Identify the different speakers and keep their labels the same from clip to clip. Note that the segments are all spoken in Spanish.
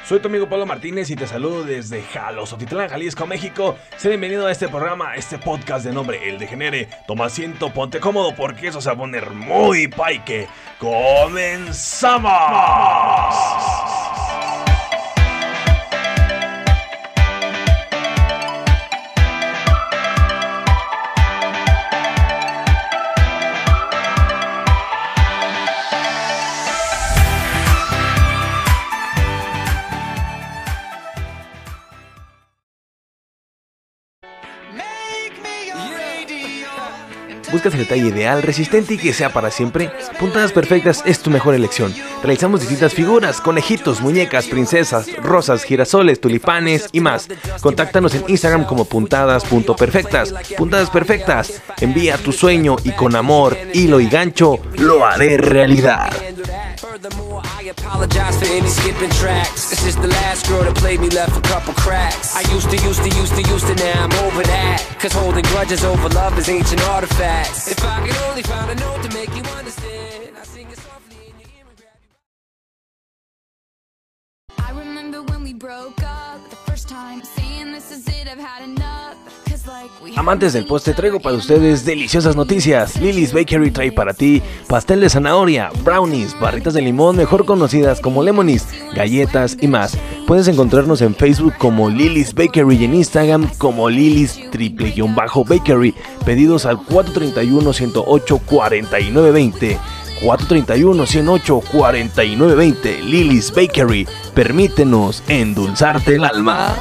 Speaker 1: Soy tu amigo Pablo Martínez y te saludo desde Jalostotitlán, Jalisco, México. Sé bienvenido a este programa, a este podcast de nombre El Degenere. Toma asiento, ponte cómodo porque eso se va a poner muy paique. ¡Comenzamos! ¿Buscas el detalle ideal, resistente y que sea para siempre? Puntadas Perfectas es tu mejor elección. Realizamos distintas figuras, conejitos, muñecas, princesas, rosas, girasoles, tulipanes y más. Contáctanos en Instagram como puntadas.perfectas. Puntadas Perfectas. Envía tu sueño y con amor, hilo y gancho lo haré realidad.
Speaker 2: Furthermore, I apologize for any skipping tracks. It's just the last girl that played me left a couple cracks. I used to, now I'm over that. Cause holding grudges over love is ancient artifacts. If I could only find a note to make you understand, I sing it softly in your ear and grab you.
Speaker 3: I remember when we broke up the first time, saying this is it, I've had enough.
Speaker 1: Amantes del postre, traigo para ustedes deliciosas noticias. Lily's Bakery trae para ti pastel de zanahoria, brownies, barritas de limón mejor conocidas como lemonies, galletas y más. Puedes encontrarnos en Facebook como Lily's Bakery y en Instagram como Lily's_Bakery. Pedidos al 431-108-4920. 431-108-4920. Lily's Bakery. Permítenos endulzarte el alma.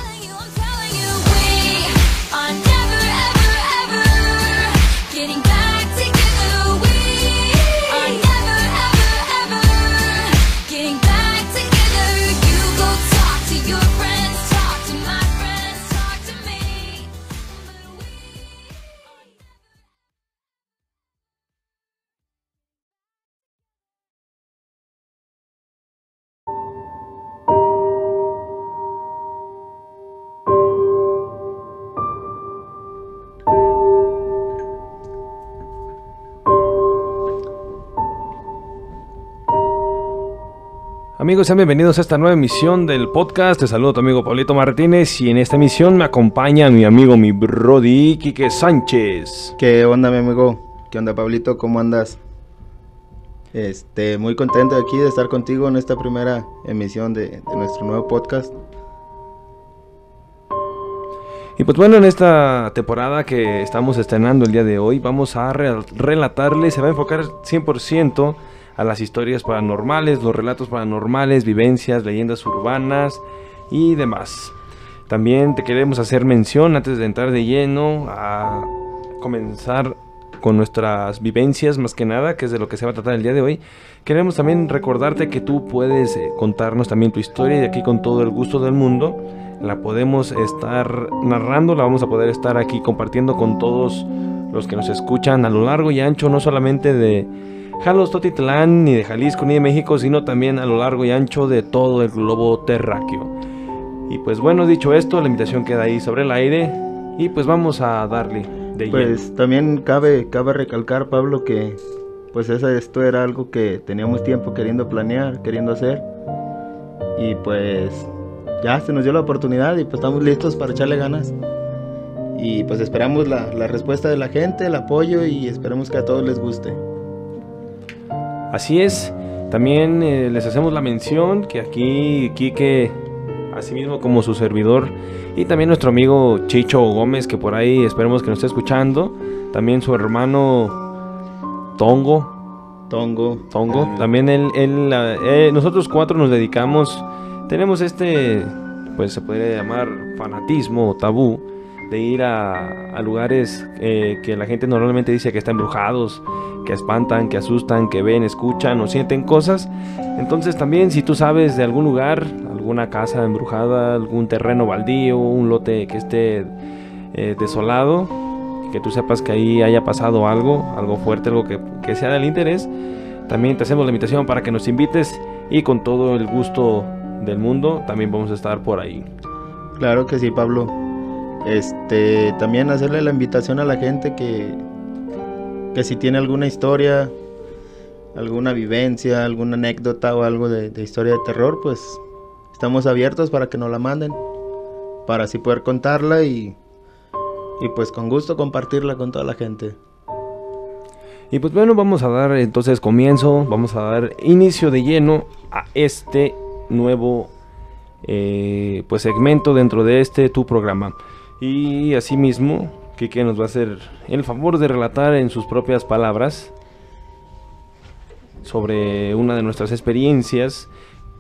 Speaker 1: Amigos, sean bienvenidos a esta nueva emisión del podcast. Te saludo tu amigo Pablito Martínez y en esta emisión me acompaña mi amigo, mi brody, Quique Sánchez.
Speaker 4: ¿Qué onda, mi amigo? ¿Qué onda, Pablito? ¿Cómo andas? Muy contento de aquí de estar contigo en esta primera emisión de nuestro nuevo podcast.
Speaker 1: Y pues bueno, en esta temporada que estamos estrenando el día de hoy, vamos a relatarles, se va a enfocar 100% a las historias paranormales, los relatos paranormales, vivencias, leyendas urbanas y demás. También te queremos hacer mención, antes de entrar de lleno, a comenzar con nuestras vivencias, más que nada, que es de lo que se va a tratar el día de hoy. Queremos también recordarte que tú puedes contarnos también tu historia y aquí con todo el gusto del mundo la podemos estar narrando, la vamos a poder estar aquí compartiendo con todos los que nos escuchan a lo largo y ancho, no solamente de Jalostotitlán, ni de Jalisco, ni de México, sino también a lo largo y ancho de todo el globo terráqueo. Y pues bueno, dicho esto, la invitación queda ahí sobre el aire y pues vamos a darle de
Speaker 4: pues
Speaker 1: lleno.
Speaker 4: También cabe recalcar, Pablo, que pues esto era algo que teníamos tiempo queriendo planear, queriendo hacer, y pues ya se nos dio la oportunidad y pues estamos listos para echarle ganas. Y pues esperamos la respuesta de la gente, el apoyo, y esperamos que a todos les guste.
Speaker 1: Así es, también les hacemos la mención que aquí Quique, así mismo como su servidor, y también nuestro amigo Chicho Gómez, que por ahí esperemos que nos esté escuchando, también su hermano Tongo, también nosotros cuatro nos dedicamos, tenemos pues se podría llamar fanatismo o tabú, de ir a lugares que la gente normalmente dice que están embrujados, que espantan, que asustan, que ven, escuchan o sienten cosas. Entonces también, si tú sabes de algún lugar, alguna casa embrujada, algún terreno baldío, un lote que esté desolado, que tú sepas que ahí haya pasado algo fuerte, algo que sea del interés, también te hacemos la invitación para que nos invites y con todo el gusto del mundo también vamos a estar por ahí.
Speaker 4: Claro que sí, Pablo. También hacerle la invitación a la gente que si tiene alguna historia, alguna vivencia, alguna anécdota o algo de historia de terror, pues estamos abiertos para que nos la manden, para así poder contarla y pues con gusto compartirla con toda la gente.
Speaker 1: Y pues bueno, vamos a dar entonces comienzo, vamos a dar inicio de lleno a este nuevo pues segmento dentro de tu programa. Y asimismo, Quique nos va a hacer el favor de relatar en sus propias palabras sobre una de nuestras experiencias,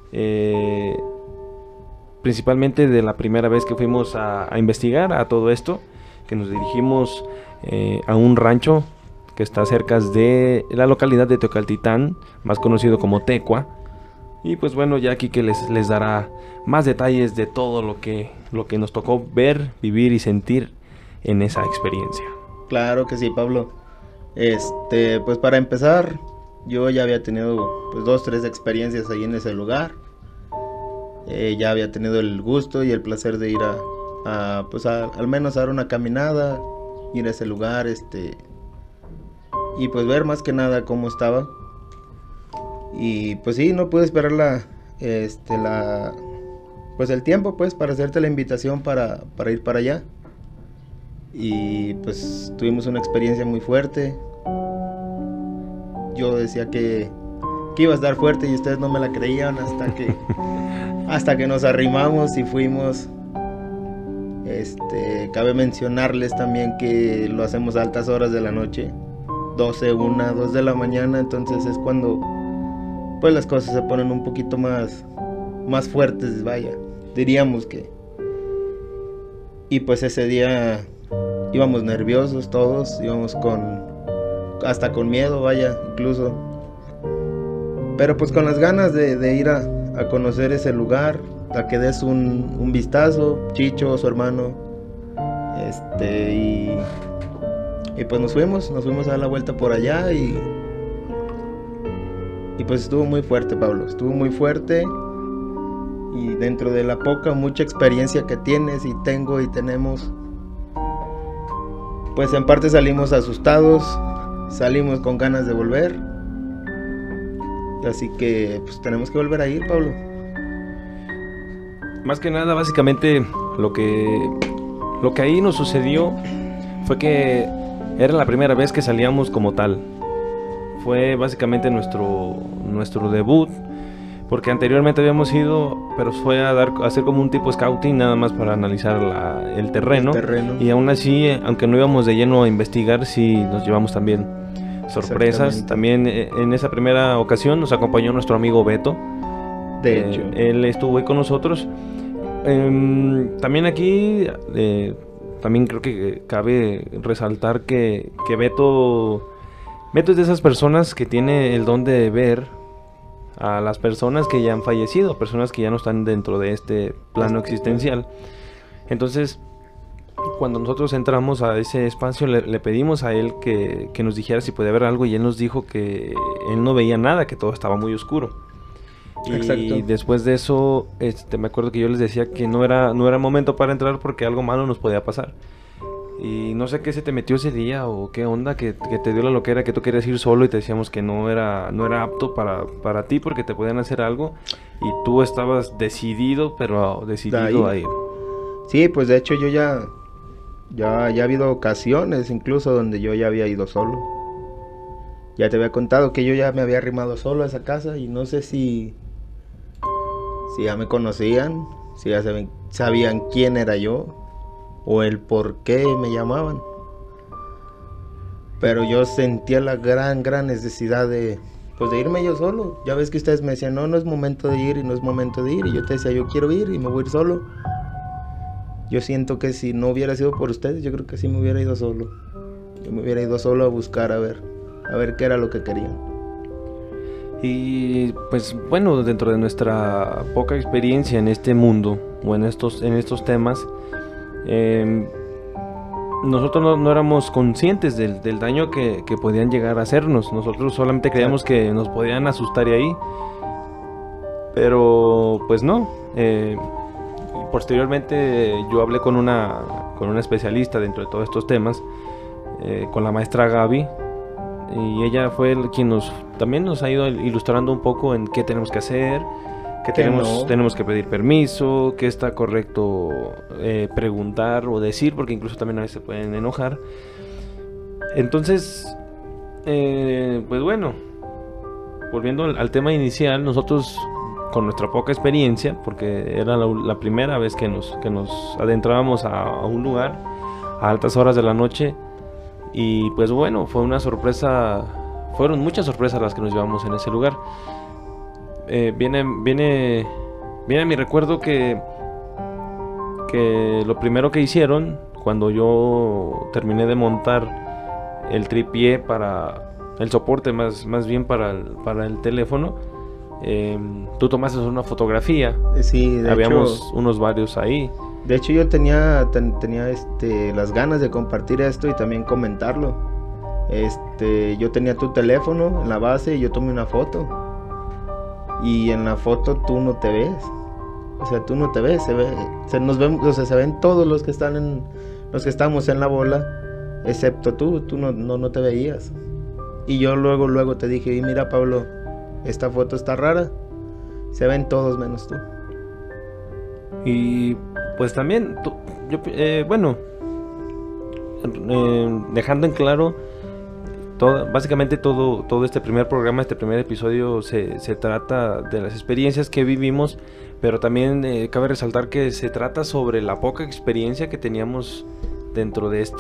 Speaker 1: principalmente de la primera vez que fuimos a investigar a todo esto, que nos dirigimos a un rancho que está cerca de la localidad de Teocaltitán, más conocido como Tecua. Y pues bueno, ya aquí que les dará más detalles de todo lo que nos tocó ver, vivir y sentir en esa experiencia.
Speaker 4: Claro que sí, Pablo. Pues para empezar, yo ya había tenido pues 2-3 experiencias ahí en ese lugar. Ya había tenido el gusto y el placer de ir al menos a dar una caminada, ir a ese lugar, y pues ver más que nada cómo estaba. Y pues sí, no pude esperar pues el tiempo pues para hacerte la invitación para ir para allá. Y pues tuvimos una experiencia muy fuerte. Yo decía que iba a estar fuerte y ustedes no me la creían hasta que nos arrimamos y fuimos. Cabe mencionarles también que lo hacemos a altas horas de la noche, 12, 1, 2 de la mañana, entonces es cuando pues las cosas se ponen un poquito más fuertes, vaya, diríamos que. Y pues ese día íbamos nerviosos todos, íbamos hasta con miedo, vaya, incluso. Pero pues con las ganas de ir a conocer ese lugar, a que des un vistazo, Chicho, su hermano, y pues nos fuimos a dar la vuelta por allá y pues estuvo muy fuerte, Pablo, estuvo muy fuerte. Y dentro de la mucha experiencia que tienes y tengo y tenemos, pues en parte salimos asustados, salimos con ganas de volver. Así que pues tenemos que volver a ir, Pablo.
Speaker 1: Más que nada, básicamente lo que ahí nos sucedió fue que era la primera vez que salíamos como tal. Fue básicamente nuestro debut, porque anteriormente habíamos ido, pero fue a hacer como un tipo scouting nada más para analizar el terreno. Y aún así, aunque no íbamos de lleno a investigar, sí nos llevamos también sorpresas. También en esa primera ocasión nos acompañó nuestro amigo Beto.
Speaker 4: De hecho,
Speaker 1: él estuvo ahí con nosotros. También aquí, también creo que cabe resaltar que Beto es de esas personas que tiene el don de ver a las personas que ya han fallecido, personas que ya no están dentro de este plano existencial. Entonces, cuando nosotros entramos a ese espacio, le pedimos a él que nos dijera si podía ver algo, y él nos dijo que él no veía nada, que todo estaba muy oscuro.
Speaker 4: Exacto.
Speaker 1: Y después de eso, me acuerdo que yo les decía que no era momento para entrar porque algo malo nos podía pasar. Y no sé qué se te metió ese día o qué onda, que te dio la loquera, que tú querías ir solo y te decíamos que no era apto para ti porque te podían hacer algo, y tú estabas decidido a ir.
Speaker 4: Sí, pues de hecho yo ya ha habido ocasiones incluso donde yo ya había ido solo. Ya te había contado que yo ya me había arrimado solo a esa casa y no sé si ya me conocían, si ya sabían quién era yo o el por qué me llamaban. Pero yo sentía la gran necesidad de irme yo solo. Ya ves que ustedes me decían, no es momento de ir y no es momento de ir. Y yo te decía, yo quiero ir y me voy a ir solo. Yo siento que si no hubiera sido por ustedes, yo creo que sí me hubiera ido solo. Yo me hubiera ido solo a buscar a ver qué era lo que querían.
Speaker 1: Y pues bueno, dentro de nuestra poca experiencia en este mundo o en estos temas, nosotros no éramos conscientes del daño que podían llegar a hacernos. Nosotros solamente creíamos que nos podían asustar y ahí, pero pues no. Posteriormente yo hablé con una especialista dentro de todos estos temas, con la maestra Gaby, y ella fue quien también nos ha ido ilustrando un poco en qué tenemos que hacer, que
Speaker 4: Que
Speaker 1: tenemos,
Speaker 4: no.
Speaker 1: tenemos que pedir permiso, que está correcto preguntar o decir, porque incluso también a veces se pueden enojar. Entonces, pues bueno, volviendo al tema inicial, nosotros con nuestra poca experiencia, porque era la primera vez que nos adentrábamos a un lugar a altas horas de la noche, y pues bueno, fue una sorpresa, fueron muchas sorpresas las que nos llevamos en ese lugar. Viene a mi recuerdo que lo primero que hicieron cuando yo terminé de montar el tripié para el soporte, más bien para el teléfono, tú tomaste una fotografía.
Speaker 4: Sí, de
Speaker 1: Habíamos
Speaker 4: hecho,
Speaker 1: unos varios ahí.
Speaker 4: de hecho yo tenía las ganas de compartir esto y también comentarlo. Yo tenía tu teléfono en la base y yo tomé una foto. Y en la foto tú no te ves. O sea, tú no te ves, nos vemos, o sea, se ven todos los que estamos en la bola, excepto tú no te veías. Y yo luego te dije, y mira, Pablo, esta foto está rara. Se ven todos menos tú.
Speaker 1: Y pues también, bueno, dejando en claro, básicamente todo este primer programa, este primer episodio se trata de las experiencias que vivimos, pero también cabe resaltar que se trata sobre la poca experiencia que teníamos dentro de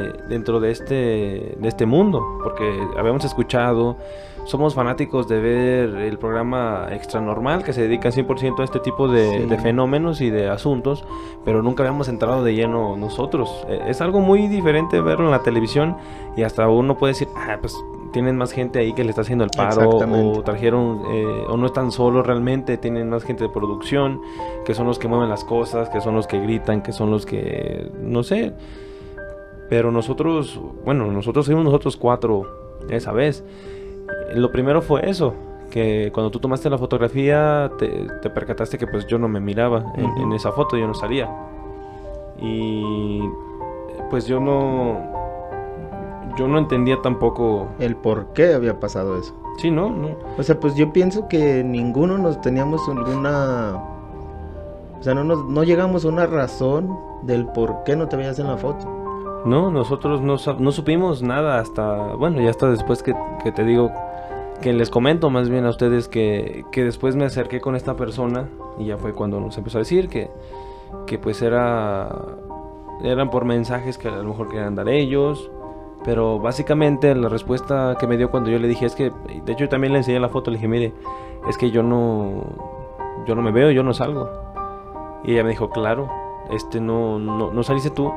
Speaker 1: este mundo, porque habíamos escuchado, somos fanáticos de ver el programa Extra Normal, que se dedica 100% a este tipo de fenómenos y de asuntos, pero nunca habíamos entrado de lleno nosotros. Es algo muy diferente verlo en la televisión, y hasta uno puede decir, pues tienen más gente ahí que le está haciendo el paro, o trajeron, o no están solos realmente, tienen más gente de producción, que son los que mueven las cosas, que son los que gritan, que son los que, no sé. Pero nosotros fuimos nosotros 4 esa vez. Lo primero fue eso, que cuando tú tomaste la fotografía te percataste que pues yo no me miraba en esa foto, yo no salía. Y pues yo no entendía tampoco
Speaker 4: el por qué había pasado eso.
Speaker 1: Sí, no.
Speaker 4: O sea, pues yo pienso que ninguno nos teníamos alguna... O sea, no llegamos a una razón del por qué no te veías en la foto.
Speaker 1: No, nosotros no supimos nada hasta, bueno, ya hasta después que te digo, que les comento más bien a ustedes que después me acerqué con esta persona, y ya fue cuando nos empezó a decir que pues eran por mensajes que a lo mejor querían dar ellos, pero básicamente la respuesta que me dio cuando yo le dije es que, de hecho yo también le enseñé la foto, le dije, mire, es que yo no me veo, yo no salgo. Y ella me dijo, claro, no saliste tú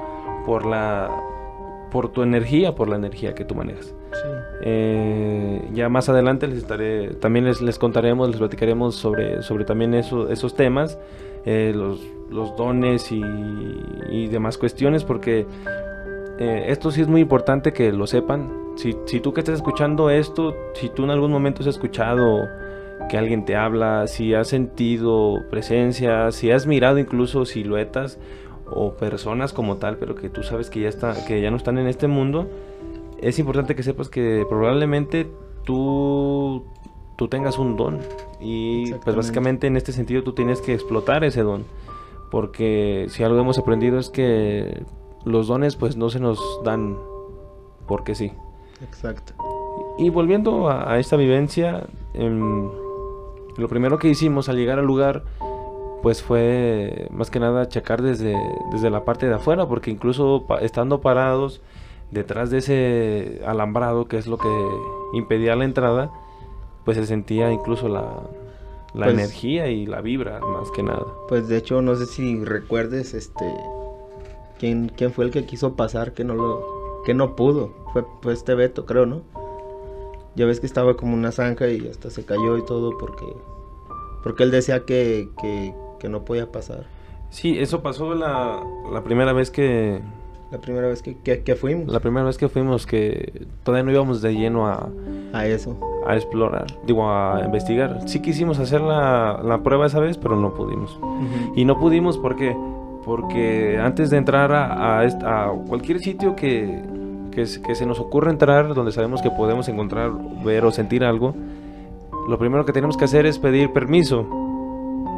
Speaker 1: por tu energía, por la energía que tú manejas. Sí. Ya más adelante les contaremos, les platicaremos sobre también esos temas, los dones y demás cuestiones, porque esto sí es muy importante que lo sepan. Si tú que estás escuchando esto, si tú en algún momento has escuchado que alguien te habla, si has sentido presencia, si has mirado incluso siluetas o personas como tal, pero que tú sabes que ya no están en este mundo, es importante que sepas que probablemente tú tengas un don, y pues básicamente en este sentido tú tienes que explotar ese don, porque si algo hemos aprendido es que los dones pues no se nos dan porque sí.
Speaker 4: Exacto.
Speaker 1: Y volviendo a esta vivencia, lo primero que hicimos al llegar al lugar pues fue más que nada checar desde la parte de afuera, porque incluso estando parados detrás de ese alambrado, que es lo que impedía la entrada, pues se sentía incluso la pues, energía y la vibra, más que nada.
Speaker 4: Pues de hecho no sé si recuerdes quién fue el que quiso pasar, que no pudo. Fue este Beto, creo, ¿no? Ya ves que estaba como una zanja y hasta se cayó y todo porque él decía que no podía pasar.
Speaker 1: Sí, eso pasó la primera vez que...
Speaker 4: La primera vez que fuimos.
Speaker 1: La primera vez que fuimos, que todavía no íbamos de lleno
Speaker 4: a eso.
Speaker 1: A explorar, a investigar. Sí quisimos hacer la prueba esa vez, pero no pudimos. Y no pudimos porque antes de entrar a cualquier sitio que se nos ocurra entrar, donde sabemos que podemos encontrar, ver o sentir algo, lo primero que tenemos que hacer es pedir permiso.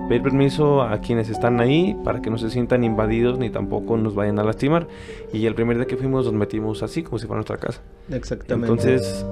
Speaker 1: pedir permiso a quienes están ahí para que no se sientan invadidos ni tampoco nos vayan a lastimar. Y el primer día que fuimos nos metimos así como si fuera nuestra casa.
Speaker 4: Exactamente.
Speaker 1: Entonces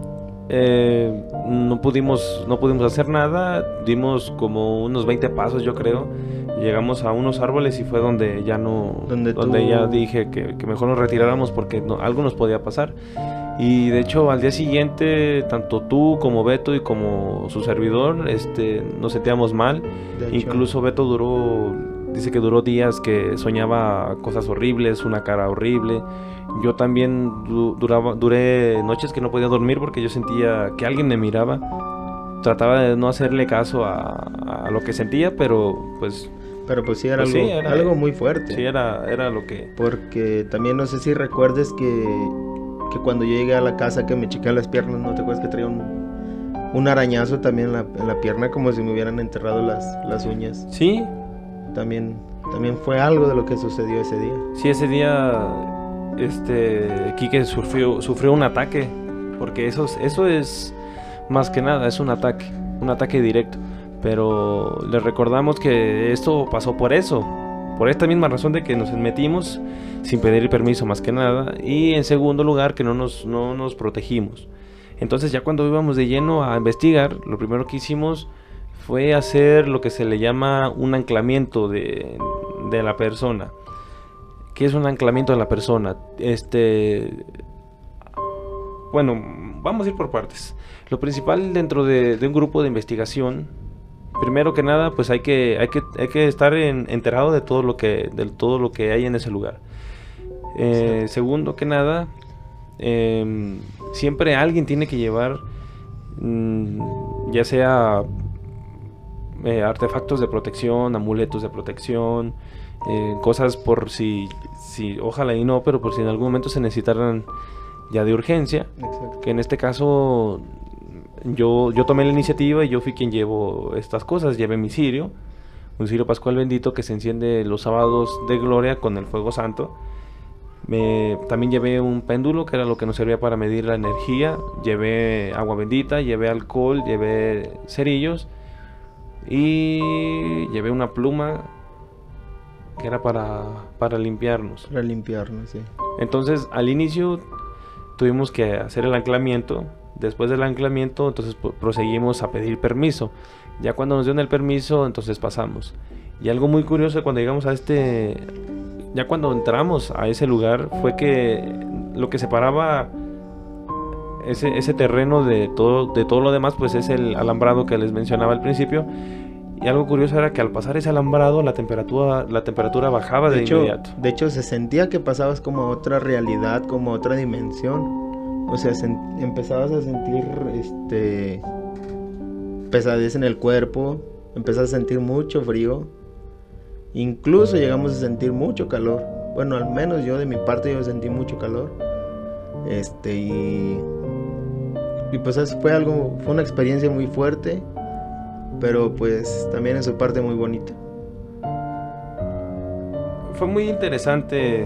Speaker 1: no pudimos hacer nada, dimos como unos 20 pasos yo creo, llegamos a unos árboles y fue donde ya no, donde ya dije que mejor nos retiráramos porque algo nos podía pasar. Y de hecho al día siguiente tanto tú como Beto y como su servidor nos sentíamos mal. Incluso Beto dice que duró días que soñaba cosas horribles, una cara horrible. Yo también duré noches que no podía dormir porque yo sentía que alguien me miraba. Trataba de no hacerle caso a lo que sentía, pero pues
Speaker 4: sí era, algo muy fuerte.
Speaker 1: Sí, era lo que...
Speaker 4: Porque también no sé si recuerdes que cuando yo llegué a la casa que me chequeé las piernas, ¿no te acuerdas que traía un arañazo también en la pierna como si me hubieran enterrado las uñas?
Speaker 1: Sí. También
Speaker 4: fue algo de lo que sucedió ese día.
Speaker 1: Sí, ese día Quique sufrió un ataque, porque eso es más que nada, es un ataque directo. Pero le recordamos que esto pasó por eso, por esta misma razón de que nos metimos sin pedir permiso más que nada, y en segundo lugar que no nos protegimos. Entonces ya cuando íbamos de lleno a investigar, lo primero que hicimos fue hacer lo que se le llama un anclamiento de la persona. ¿Qué es un anclamiento de la persona? Bueno, vamos a ir por partes. Lo principal dentro de un grupo de investigación, primero que nada, pues hay que estar enterado de todo lo que hay en ese lugar. Sí. Segundo que nada, siempre alguien tiene que llevar, ya sea artefactos de protección, amuletos de protección, cosas por si ojalá y no, pero por si en algún momento se necesitaran ya de urgencia. Exacto. Que en este caso yo tomé la iniciativa y yo fui quien llevo estas cosas. Llevé mi cirio, un cirio pascual bendito que se enciende los sábados de gloria con el fuego santo. También llevé un péndulo, que era lo que nos servía para medir la energía. Llevé agua bendita, llevé alcohol, llevé cerillos y llevé una pluma que era para limpiarnos.
Speaker 4: Para limpiarnos, sí.
Speaker 1: Entonces al inicio tuvimos que hacer el anclamiento. Después del anclamiento entonces proseguimos a pedir permiso. Ya cuando nos dieron el permiso entonces pasamos. Y algo muy curioso cuando llegamos ya cuando entramos a ese lugar fue que lo que separaba ese terreno de todo lo demás pues es el alambrado que les mencionaba al principio. Y algo curioso era que al pasar ese alambrado la temperatura bajaba de inmediato.
Speaker 4: De hecho se sentía que pasabas como a otra realidad, como a otra dimensión. O sea, empezabas a sentir pesadez en el cuerpo, empezabas a sentir mucho frío. Incluso llegamos a sentir mucho calor. Bueno, al menos yo de mi parte yo sentí mucho calor. Y pues eso fue una experiencia muy fuerte, pero pues también en su parte muy bonita.
Speaker 1: Fue muy interesante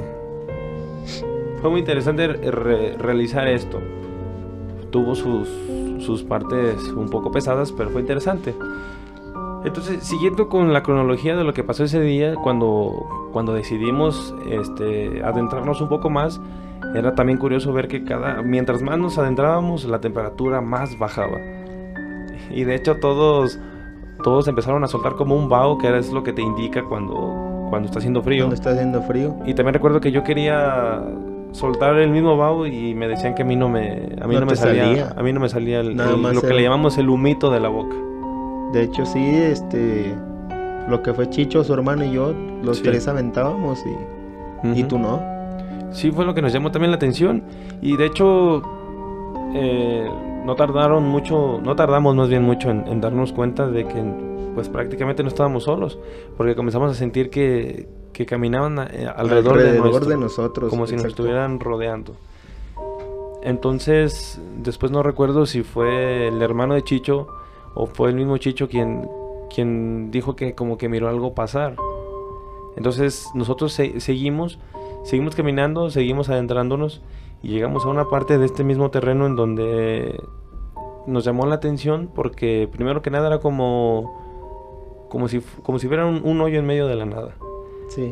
Speaker 1: realizar esto. Tuvo sus partes un poco pesadas, pero fue interesante. Entonces, siguiendo con la cronología de lo que pasó ese día, cuando decidimos adentrarnos un poco más, era también curioso ver que mientras más nos adentrábamos, la temperatura más bajaba. Y de hecho todos empezaron a soltar como un vaho, que es lo que te indica cuando está haciendo frío.
Speaker 4: Cuando está haciendo frío.
Speaker 1: Y también recuerdo que yo quería soltar el mismo vaho y me decían que a mí no me salía lo que le llamamos el humito de la boca.
Speaker 4: De hecho sí, lo que fue Chicho, su hermano y yo, los tres aventábamos y tú no.
Speaker 1: Sí, fue lo que nos llamó también la atención. Y de hecho no tardamos más bien mucho en darnos cuenta de que pues prácticamente no estábamos solos, porque comenzamos a sentir que caminaban alrededor de nosotros, como si nos estuvieran rodeando. Entonces después no recuerdo si fue el hermano de Chicho o fue el mismo Chicho quien dijo que como que miró algo pasar. Entonces nosotros seguimos caminando, seguimos adentrándonos y llegamos a una parte de este mismo terreno en donde nos llamó la atención porque primero que nada era como como si hubiera un hoyo en medio de la nada.
Speaker 4: Sí.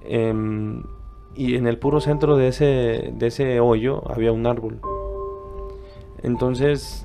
Speaker 1: Y en el puro centro de ese hoyo había un árbol. Entonces,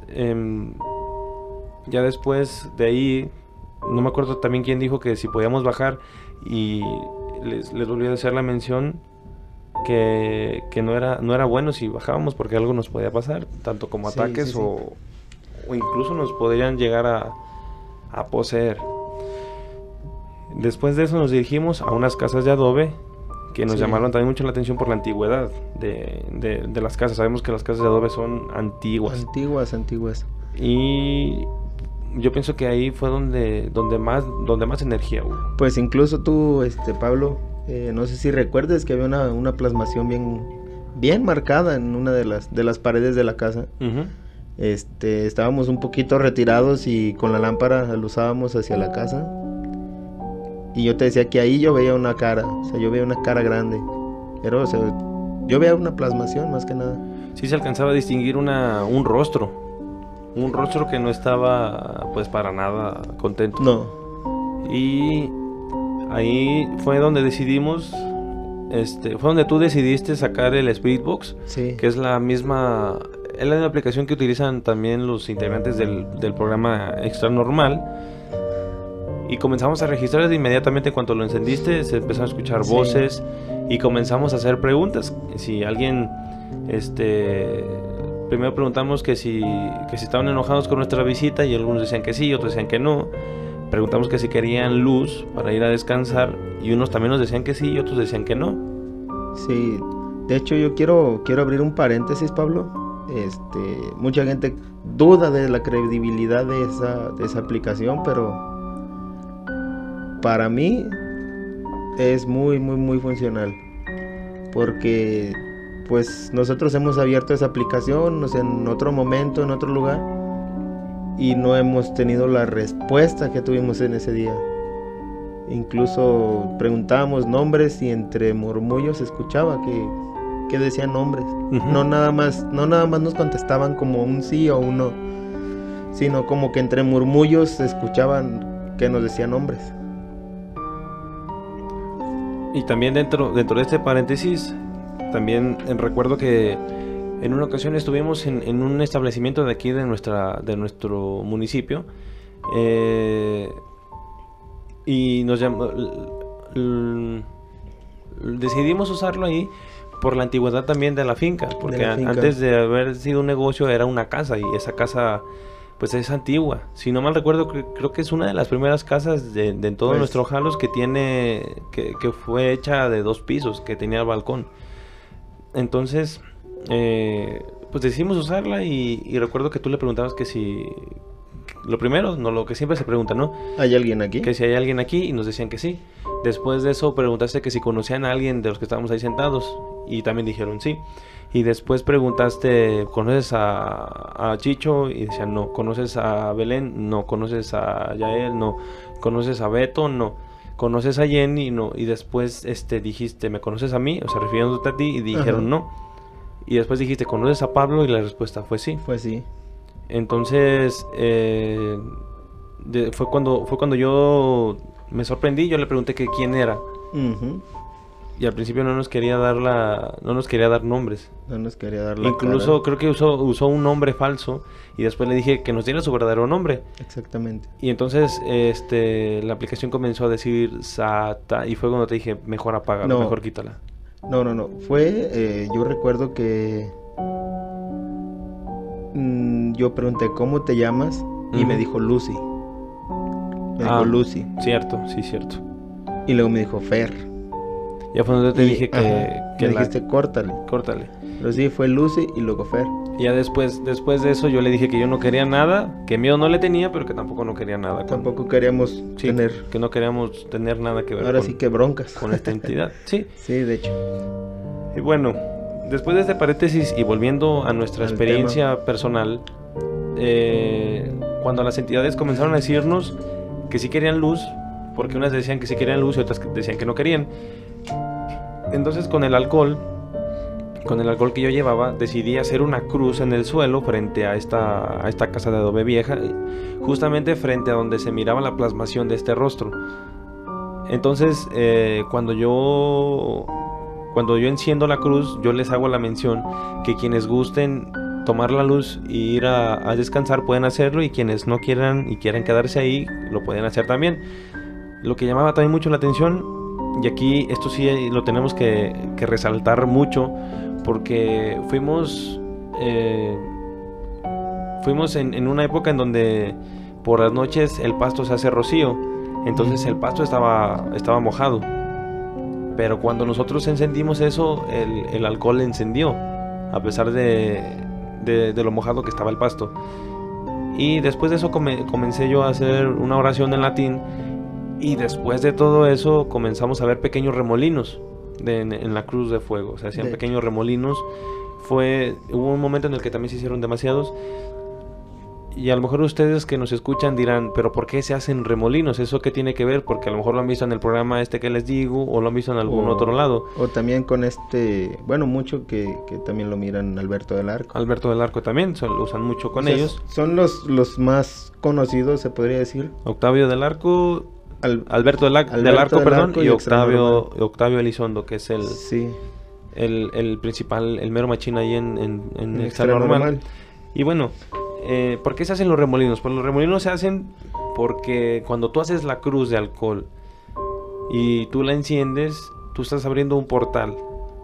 Speaker 1: ya después de ahí, no me acuerdo también quién dijo que si podíamos bajar, y les volví a hacer la mención que no era bueno si bajábamos, porque algo nos podía pasar, tanto como
Speaker 4: Sí,
Speaker 1: ataques
Speaker 4: sí, sí.
Speaker 1: o incluso nos podrían llegar a poseer. Después de eso nos dirigimos a unas casas de adobe que nos
Speaker 4: Sí.
Speaker 1: llamaron también mucho la atención por la antigüedad de las casas. Sabemos que las casas de adobe son antiguas.
Speaker 4: Antiguas.
Speaker 1: Y yo pienso que ahí fue donde más energía hubo.
Speaker 4: Pues incluso tú, Pablo, no sé si recuerdes que había una plasmación bien marcada en una de las paredes de la casa.
Speaker 1: Ujú.
Speaker 4: Estábamos un poquito retirados y con la lámpara la usábamos hacia la casa. Y yo te decía que ahí yo veía una cara, o sea, yo veía una cara grande. Pero, o sea, yo veía una plasmación más que nada.
Speaker 1: Sí se alcanzaba a distinguir un rostro que no estaba pues para nada contento.
Speaker 4: No,
Speaker 1: Y ahí fue donde decidimos, fue donde tú decidiste sacar el Spirit Box,
Speaker 4: sí.
Speaker 1: que es la misma aplicación que utilizan también los integrantes del programa Extra Normal. Y comenzamos a registrar inmediatamente. Cuando lo encendiste, se empezaron a escuchar
Speaker 4: Sí.
Speaker 1: voces y comenzamos a hacer preguntas. Si alguien, primero preguntamos que si estaban enojados con nuestra visita, y algunos decían que sí, otros decían que no. Preguntamos que si querían luz para ir a descansar, y unos también nos decían que sí y otros decían que no.
Speaker 4: Sí, de hecho yo quiero abrir un paréntesis, Pablo. Mucha gente duda de la credibilidad de esa aplicación, pero para mí es muy, muy, muy funcional. Porque pues nosotros hemos abierto esa aplicación, no sé, en otro momento, en otro lugar, y no hemos tenido la respuesta que tuvimos en ese día. Incluso preguntábamos nombres y entre murmullos se escuchaba que decían nombres.
Speaker 1: Ujú.
Speaker 4: No nada más nos contestaban como un sí o un no, sino como que entre murmullos se escuchaban que nos decían nombres.
Speaker 1: Y también dentro de este paréntesis, también recuerdo que en una ocasión estuvimos en un establecimiento de aquí de nuestro municipio, y nos llamó, decidimos usarlo ahí por la antigüedad también de la finca, porque
Speaker 4: De la finca.
Speaker 1: antes de haber sido un negocio era una casa, y esa casa pues es antigua. Si no mal recuerdo, creo que es una de las primeras casas de todo
Speaker 4: Pues,
Speaker 1: nuestro Jalos que fue hecha de 2 pisos, que tenía balcón. Entonces, pues decidimos usarla, y recuerdo que tú le preguntabas que si... Lo primero, no, lo que siempre se pregunta, ¿no?
Speaker 4: ¿Hay alguien aquí?
Speaker 1: Que si hay alguien aquí, y nos decían que sí. Después de eso preguntaste que si conocían a alguien de los que estábamos ahí sentados, y también dijeron sí. Y después preguntaste, ¿conoces a Chicho? Y decían no. ¿Conoces a Belén? No. ¿Conoces a Yael? No. ¿Conoces a Beto? No. ¿Conoces a Jenny? No. Y después dijiste, ¿me conoces a mí? O sea, refiriéndote a ti, y dijeron
Speaker 4: Ajá.
Speaker 1: no. Y después dijiste, ¿conoces a Pablo? Y la respuesta fue sí.
Speaker 4: Fue sí.
Speaker 1: Entonces, fue cuando yo me sorprendí. Yo le pregunté que quién era,
Speaker 4: Ujú.
Speaker 1: y al principio no nos quería dar nombres.
Speaker 4: No nos quería dar la
Speaker 1: Incluso
Speaker 4: cara.
Speaker 1: creo que usó un nombre falso, y después le dije que nos diera su verdadero nombre.
Speaker 4: Exactamente.
Speaker 1: Y entonces la aplicación comenzó a decir Sata, y fue cuando te dije, mejor apágala,
Speaker 4: No.
Speaker 1: mejor quítala.
Speaker 4: No. Fue, yo recuerdo que yo pregunté, ¿cómo te llamas? Y
Speaker 1: Ujú.
Speaker 4: me dijo Lucy. Me dijo Lucy.
Speaker 1: Cierto, sí, cierto.
Speaker 4: Y luego me dijo Fer.
Speaker 1: Ya fue donde te
Speaker 4: Y,
Speaker 1: dije
Speaker 4: ajá,
Speaker 1: que
Speaker 4: me
Speaker 1: la-
Speaker 4: dijiste, córtale.
Speaker 1: córtale.
Speaker 4: Pero sí, fue Lucy y luego Fer.
Speaker 1: Y ya después de eso yo le dije que yo no quería nada, que miedo no le tenía, pero que tampoco no quería nada con-
Speaker 4: Tampoco queríamos
Speaker 1: sí,
Speaker 4: tener,
Speaker 1: que no queríamos tener nada que ver
Speaker 4: ahora
Speaker 1: con,
Speaker 4: sí que broncas.
Speaker 1: con esta entidad. Sí.
Speaker 4: Sí, de hecho.
Speaker 1: Y bueno, después de este paréntesis y volviendo a nuestra
Speaker 4: Al
Speaker 1: experiencia personal, cuando las entidades comenzaron a decirnos que sí querían luz, porque unas decían que sí querían luz y otras que decían que no querían. Entonces con el alcohol con el alcohol que yo llevaba, decidí hacer una cruz en el suelo frente a esta casa de adobe vieja, justamente frente a donde se miraba la plasmación de este rostro. Entonces, cuando yo enciendo la cruz, yo les hago la mención que quienes gusten tomar la luz y ir a descansar pueden hacerlo, y quienes no quieran y quieran quedarse ahí lo pueden hacer también. Lo que llamaba también mucho la atención, y aquí esto sí lo tenemos que resaltar mucho, porque fuimos en una época en donde por las noches el pasto se hace rocío, entonces el pasto estaba mojado, pero cuando nosotros encendimos eso, el alcohol encendió, a pesar de lo mojado que estaba el pasto. Y después de eso comencé yo a hacer una oración en latín, y después de todo eso comenzamos a ver pequeños remolinos en la cruz de fuego. Se hacían pequeños remolinos. Hubo un momento en el que también se hicieron demasiados. Y a lo mejor ustedes que nos escuchan dirán, ¿pero por qué se hacen remolinos? ¿Eso qué tiene que ver? Porque a lo mejor lo han visto en el programa que les digo, o lo han visto en algún otro lado.
Speaker 4: O también con bueno, mucho que también lo miran Alberto del Arco.
Speaker 1: Alberto del Arco también, lo usan mucho con ellos.
Speaker 4: Son los más conocidos, se podría decir.
Speaker 1: Octavio del Arco, Alberto del Arco, perdón, y Octavio Elizondo, que es el principal, el mero machín ahí en Extra Normal. Y bueno, ¿por qué se hacen los remolinos? Pues los remolinos se hacen porque cuando tú haces la cruz de alcohol y tú la enciendes, tú estás abriendo un portal.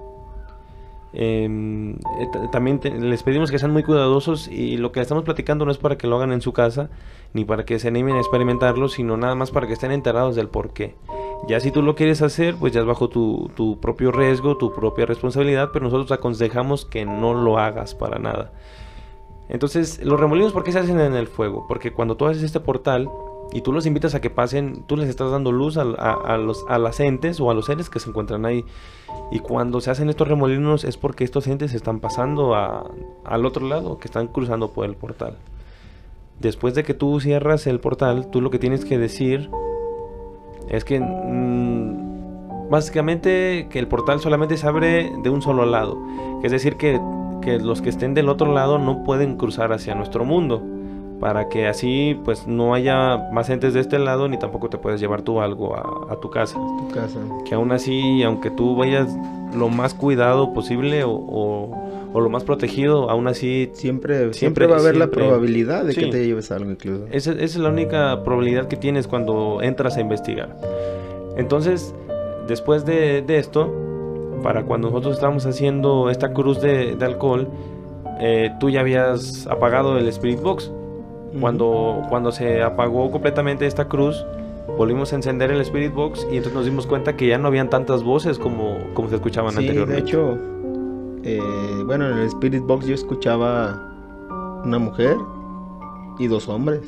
Speaker 1: También les pedimos que sean muy cuidadosos, y lo que estamos platicando no es para que lo hagan en su casa ni para que se animen a experimentarlo, sino nada más para que estén enterados del por qué. Ya si tú lo quieres hacer, pues ya es bajo tu propio riesgo, tu propia responsabilidad, pero nosotros aconsejamos que no lo hagas para nada. Entonces, los remolinos, ¿por qué se hacen en el fuego? Porque cuando tú haces este portal y tú los invitas a que pasen, tú les estás dando luz a las entes o a los seres que se encuentran ahí. Y cuando se hacen estos remolinos es porque estos entes están pasando al otro lado, que están cruzando por el portal. Después de que tú cierras el portal, tú lo que tienes que decir es que básicamente que el portal solamente se abre de un solo lado. Es decir, que los que estén del otro lado no pueden cruzar hacia nuestro mundo, para que así pues no haya más entes de este lado, ni tampoco te puedes llevar tú algo a tu casa. Que aún así, aunque tú vayas lo más cuidado posible o lo más protegido, aún así siempre
Speaker 4: va a haber la probabilidad de que te lleves algo incluso.
Speaker 1: Esa es la única probabilidad que tienes cuando entras a investigar. Entonces, después de esto, para cuando nosotros estábamos haciendo esta cruz de alcohol, tú ya habías apagado el Spirit Box. Cuando se apagó completamente esta cruz, volvimos a encender el Spirit Box, y entonces nos dimos cuenta que ya no habían tantas voces como se escuchaban anteriormente.
Speaker 4: De hecho, bueno, en el Spirit Box yo escuchaba una mujer y 2 hombres.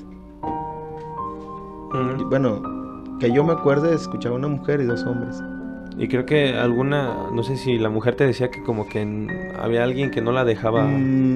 Speaker 4: Bueno, que yo me acuerde, escuchaba una mujer y 2 hombres.
Speaker 1: Y creo que no sé si la mujer te decía que como que había alguien que no la dejaba.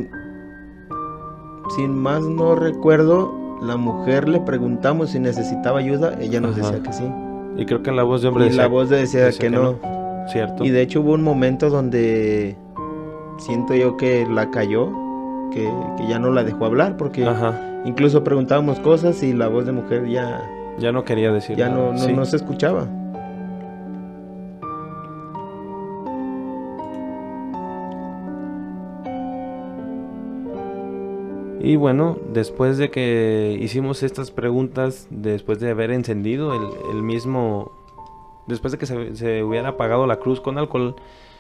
Speaker 4: Sin más no recuerdo, la mujer le preguntamos si necesitaba ayuda, ella nos decía que sí.
Speaker 1: Y creo que la voz de hombre
Speaker 4: decía que no.
Speaker 1: Cierto.
Speaker 4: Y de hecho hubo un momento donde siento yo que la cayó, que ya no la dejó hablar, porque incluso preguntábamos cosas y la voz de mujer ya
Speaker 1: no quería decir
Speaker 4: ya nada. No se escuchaba.
Speaker 1: Y bueno, después de que hicimos estas preguntas, después de haber encendido el mismo, después de que se hubiera apagado la cruz con alcohol,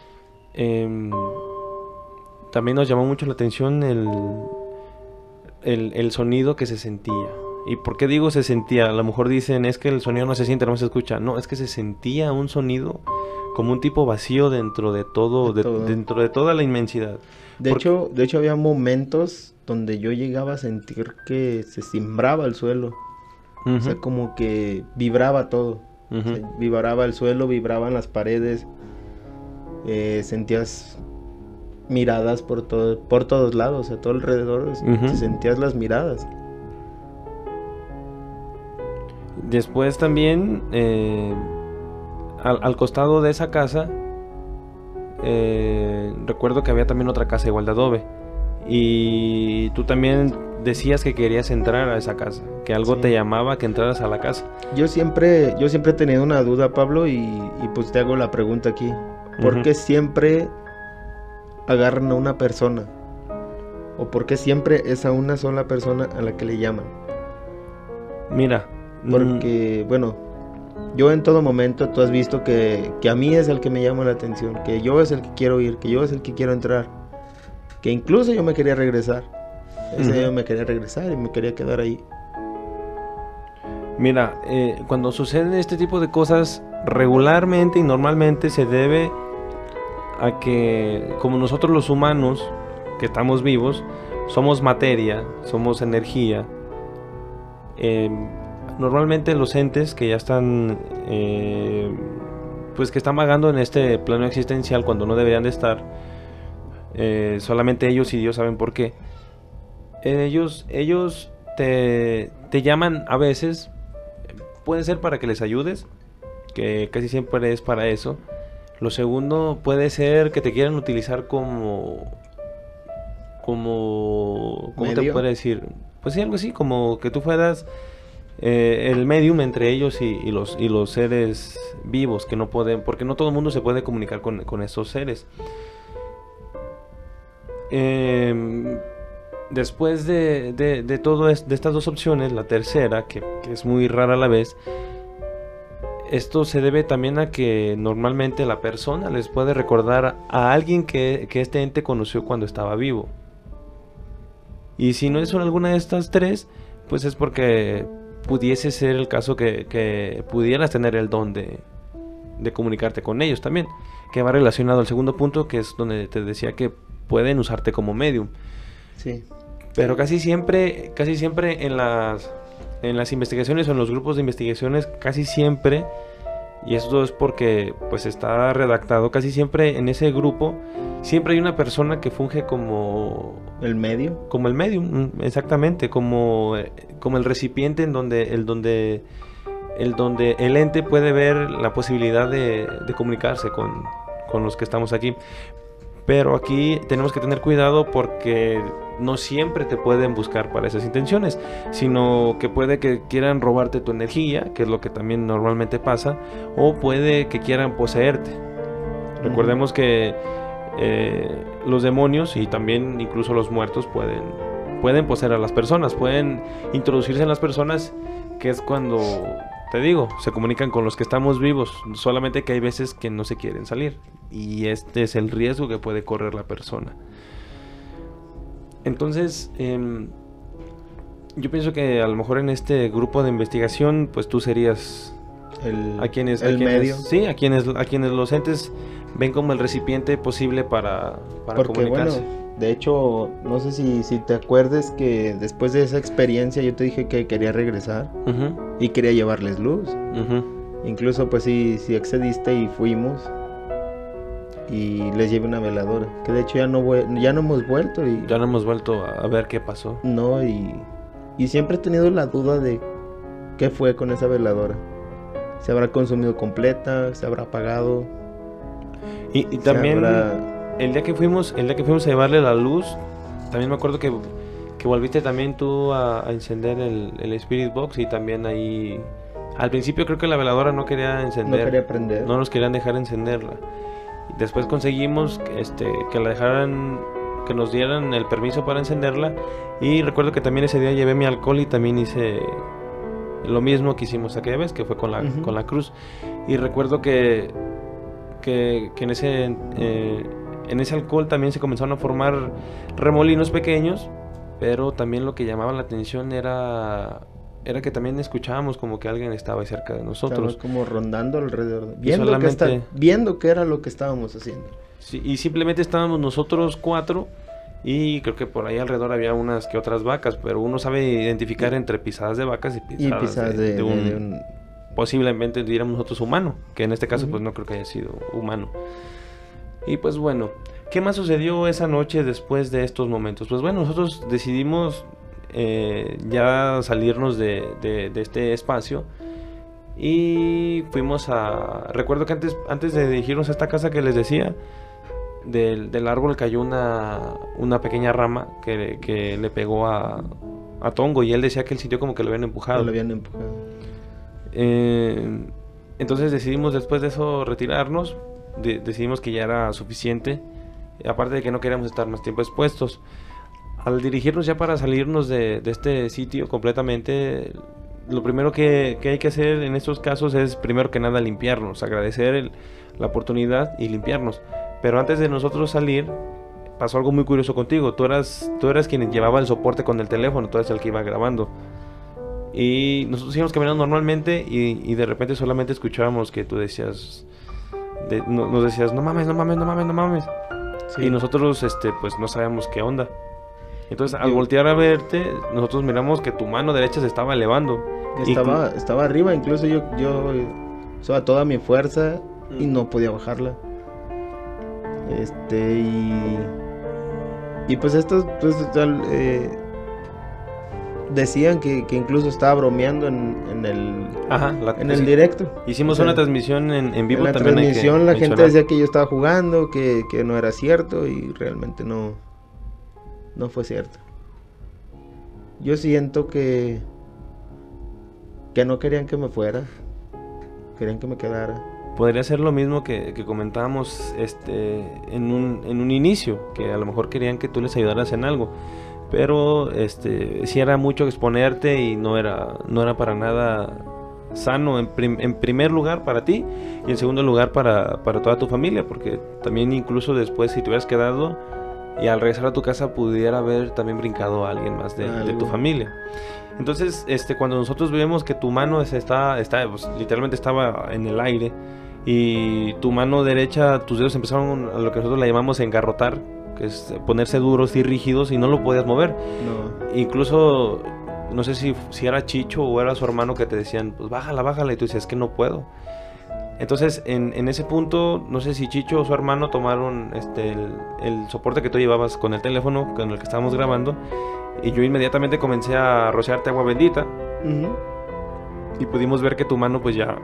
Speaker 1: también nos llamó mucho la atención el sonido que se sentía. ¿Y por qué digo se sentía? A lo mejor dicen, es que el sonido no se siente, no se escucha. No, es que se sentía un sonido como un tipo vacío dentro de todo, dentro de toda la inmensidad.
Speaker 4: De hecho había momentos donde yo llegaba a sentir que se cimbraba el suelo. O sea, como que vibraba todo. O sea, vibraba el suelo, vibraban las paredes. Sentías miradas por todos lados, a todo alrededor. Sentías las miradas.
Speaker 1: Después también, al costado de esa casa, recuerdo que había también otra casa igual de adobe. Y tú también decías que querías entrar a esa casa, que algo
Speaker 4: Sí.
Speaker 1: te llamaba que entraras a la casa.
Speaker 4: Yo siempre he tenido una duda, Pablo, y pues te hago la pregunta aquí. ¿Por
Speaker 1: Ujú.
Speaker 4: qué siempre agarran a una persona? ¿O por qué siempre es a una sola persona a la que le llaman?
Speaker 1: Mira,
Speaker 4: Porque, bueno, yo en todo momento tú has visto que a mí es el que me llama la atención, que yo es el que quiero ir, que yo es el que quiero entrar, que incluso yo me quería regresar. Ese
Speaker 1: Ujú.
Speaker 4: día me quería regresar y me quería quedar ahí.
Speaker 1: Mira, cuando suceden este tipo de cosas, regularmente y normalmente se debe a que, como nosotros los humanos que estamos vivos, somos materia, somos energía. Normalmente los entes que ya están, pues que están vagando en este plano existencial cuando no deberían de estar, solamente ellos y Dios saben por qué. Ellos te llaman a veces, puede ser para que les ayudes, que casi siempre es para eso. Lo segundo puede ser que te quieran utilizar como ¿cómo te
Speaker 4: ¿Medio?
Speaker 1: puedo decir? Pues sí, algo así, como que tú fueras el medium entre ellos y los seres vivos que no pueden, porque no todo el mundo se puede comunicar con estos seres. Después de todo de estas dos opciones, la tercera, que es muy rara a la vez, esto se debe también a que normalmente la persona les puede recordar a alguien que este ente conoció cuando estaba vivo. Y si no es alguna de estas tres, pues es porque pudiese ser el caso que pudieras tener el don de comunicarte con ellos también. Que va relacionado al segundo punto, que es donde te decía que pueden usarte como medium.
Speaker 4: Sí.
Speaker 1: Pero casi siempre en las investigaciones o en los grupos de investigaciones, casi siempre, y esto es porque pues está redactado, casi siempre en ese grupo, siempre hay una persona que funge como
Speaker 4: ¿El medio?
Speaker 1: el medium, exactamente, como el recipiente en donde el ente puede ver la posibilidad de comunicarse con los que estamos aquí. Pero aquí tenemos que tener cuidado porque no siempre te pueden buscar para esas intenciones, sino que puede que quieran robarte tu energía, que es lo que también normalmente pasa, o puede que quieran poseerte. Recordemos que los demonios y también incluso los muertos pueden poseer a las personas, pueden introducirse en las personas, que es cuando, te digo, se comunican con los que estamos vivos, solamente que hay veces que no se quieren salir, y este es el riesgo que puede correr la persona. Entonces, yo pienso que a lo mejor en este grupo de investigación, pues tú serías
Speaker 4: el medio.
Speaker 1: Sí, a quienes los entes ven como el recipiente posible para
Speaker 4: Porque
Speaker 1: comunicarse.
Speaker 4: bueno, de hecho, no sé si te acuerdes que después de esa experiencia yo te dije que quería regresar
Speaker 1: Ujú,
Speaker 4: y quería llevarles luz.
Speaker 1: ujú.
Speaker 4: Incluso pues sí accediste y fuimos y les llevé una veladora, que de hecho ya no hemos vuelto y
Speaker 1: Ya no hemos vuelto a ver qué pasó.
Speaker 4: no, y siempre he tenido la duda de qué fue con esa veladora. ¿Se habrá consumido completa? ¿Se habrá apagado?
Speaker 1: Y
Speaker 4: ¿Se
Speaker 1: también
Speaker 4: habrá-
Speaker 1: el día que fuimos a llevarle la luz, también me acuerdo que volviste también tú a encender el Spirit Box, y también ahí al principio creo que la veladora no quería
Speaker 4: No
Speaker 1: encender.
Speaker 4: quería prender.
Speaker 1: No nos querían dejar encenderla. Y después conseguimos que la dejaran, que nos dieran el permiso para encenderla. Y recuerdo que también ese día llevé mi alcohol y también hice lo mismo que hicimos aquella vez, que fue con
Speaker 4: Ujú.
Speaker 1: la cruz. Y recuerdo que en ese alcohol también se comenzaron a formar remolinos pequeños, pero también lo que llamaba la atención era que también escuchábamos como que alguien estaba ahí cerca de nosotros.
Speaker 4: Estábamos como rondando alrededor,
Speaker 1: Y solamente-
Speaker 4: viendo qué era lo que estábamos haciendo.
Speaker 1: Sí, y simplemente estábamos nosotros 4, y creo que por ahí alrededor había unas que otras vacas, pero uno sabe identificar entre pisadas de vacas y
Speaker 4: Y
Speaker 1: pisadas,
Speaker 4: pisadas
Speaker 1: de un posiblemente diríamos nosotros humano, que en este caso
Speaker 4: Ujú.
Speaker 1: pues no creo que haya sido humano. Y pues bueno, ¿qué más sucedió esa noche después de estos momentos? Pues bueno, nosotros decidimos ya salirnos de este espacio y fuimos recuerdo que antes de dirigirnos a esta casa que les decía, del árbol cayó una pequeña rama que le pegó a Tongo, y él decía que él sintió como que lo habían empujado.
Speaker 4: Lo habían empujado.
Speaker 1: Entonces decidimos después de eso retirarnos, decidimos que ya era suficiente, aparte de que no queríamos estar más tiempo expuestos. Al dirigirnos ya para salirnos de este sitio completamente, lo primero que hay que hacer en estos casos es primero que nada limpiarnos, agradecer la oportunidad y limpiarnos. Pero antes de nosotros salir, pasó algo muy curioso contigo. Tú eras quien llevaba el soporte con el teléfono, tú eres el que iba grabando. Y nosotros íbamos caminando normalmente y de repente solamente escuchábamos que tú decías, nos decías, no mames. Sí. Y nosotros pues no sabíamos qué onda. Entonces al voltear a verte, nosotros miramos que tu mano derecha se estaba elevando.
Speaker 4: Estaba arriba, incluso yo usaba toda mi fuerza y no podía bajarla. Y pues estos pues, decían que incluso estaba bromeando en el directo.
Speaker 1: Hicimos una transmisión en vivo.
Speaker 4: En la
Speaker 1: también
Speaker 4: transmisión la gente decía que yo estaba jugando, que no era cierto, y realmente no fue cierto. Yo siento que no querían que me fuera, querían que me quedara.
Speaker 1: Podría ser lo mismo que comentábamos en un inicio, que a lo mejor querían que tú les ayudaras en algo, pero sí era mucho exponerte y no era para nada sano en primer lugar para ti, y en segundo lugar para toda tu familia, porque también incluso después si te hubieras quedado y al regresar a tu casa pudiera haber también brincado a alguien más de tu familia. Entonces cuando nosotros vemos que tu mano pues, literalmente estaba en el aire, y tu mano derecha, tus dedos empezaron a lo que nosotros le llamamos engarrotar, que es ponerse duros y rígidos, y no lo podías mover.
Speaker 4: No.
Speaker 1: Incluso, no sé si era Chicho o era su hermano que te decían, pues bájala, y tú decías, es que no puedo. Entonces, en ese punto, no sé si Chicho o su hermano tomaron el soporte que tú llevabas con el teléfono, con el que estábamos grabando, y yo inmediatamente comencé a rociarte agua bendita.
Speaker 4: Uh-huh.
Speaker 1: Y pudimos ver que tu mano pues ya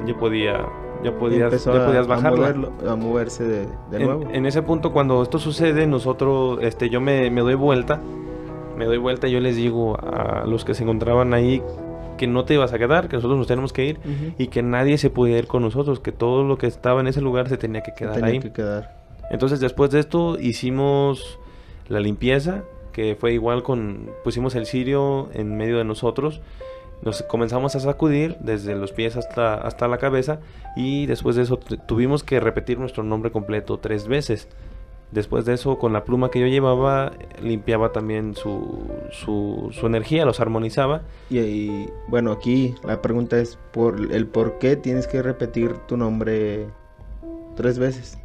Speaker 1: podías bajarla.
Speaker 4: A moverse de nuevo.
Speaker 1: En ese punto, cuando esto sucede, nosotros, yo me doy vuelta y yo les digo a los que se encontraban ahí que no te ibas a quedar, que nosotros nos tenemos que ir, uh-huh, y que nadie se podía ir con nosotros, que todo lo que estaba en ese lugar se tenía que quedar ahí. Entonces después de esto hicimos la limpieza, que fue igual pusimos el cirio en medio de nosotros. Nos comenzamos a sacudir desde los pies hasta la cabeza, y después de eso tuvimos que repetir nuestro nombre completo 3 veces. Después de eso, con la pluma que yo llevaba, limpiaba también su energía, los armonizaba.
Speaker 4: Y bueno, aquí la pregunta es por qué tienes que repetir tu nombre 3 veces.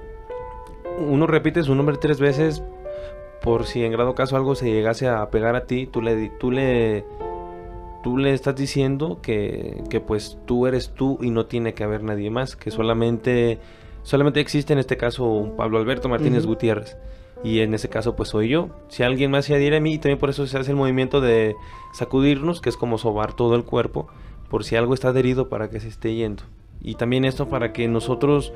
Speaker 1: Uno repite su nombre 3 veces por si en grado caso algo se llegase a pegar a ti, tú le estás diciendo que pues tú eres tú y no tiene que haber nadie más, que solamente existe en este caso un Pablo Alberto Martínez, uh-huh, Gutiérrez, y en ese caso pues soy yo. Si alguien más se adhiere a mí, y también por eso se hace el movimiento de sacudirnos, que es como sobar todo el cuerpo, por si algo está adherido para que se esté yendo. Y también esto para que nosotros